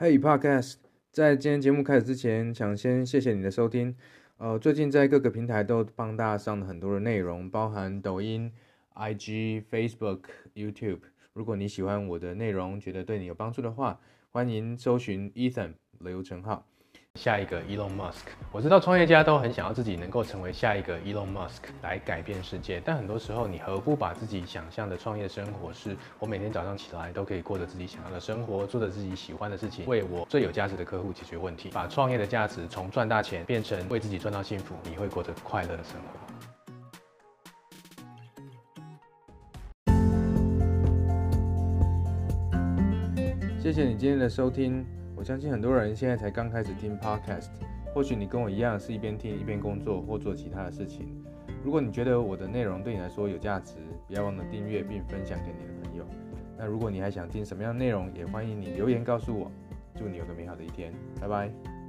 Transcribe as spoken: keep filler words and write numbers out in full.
Hey Podcast，在今天节目开始之前，想先谢谢你的收听。呃，最近在各个平台都帮大家上了很多的内容，包含抖音、I G、Facebook、YouTube。如果你喜欢我的内容，觉得对你有帮助的话，欢迎搜寻 Ethan 刘成浩。 下一个 Elon Musk， 我知道创业家都很想要自己能够成为下一个 Elon Musk 来改变世界，但很多时候你何不把自己想象的创业生活是，我每天早上起来都可以过着自己想要的生活，做着自己喜欢的事情，为我最有价值的客户解决问题，把创业的价值从赚大钱变成为自己赚到幸福，你会过着快乐的生活。 谢谢你今天的收听。我相信很多人现在才刚开始听 Podcast， 或许你跟我一样是一边听一边工作或做其他的事情。如果你觉得我的内容对你来说有价值，不要忘了订阅并分享给你的朋友。那如果你还想听什么样的内容，也欢迎你留言告诉我。祝你有个美好的一天，拜拜。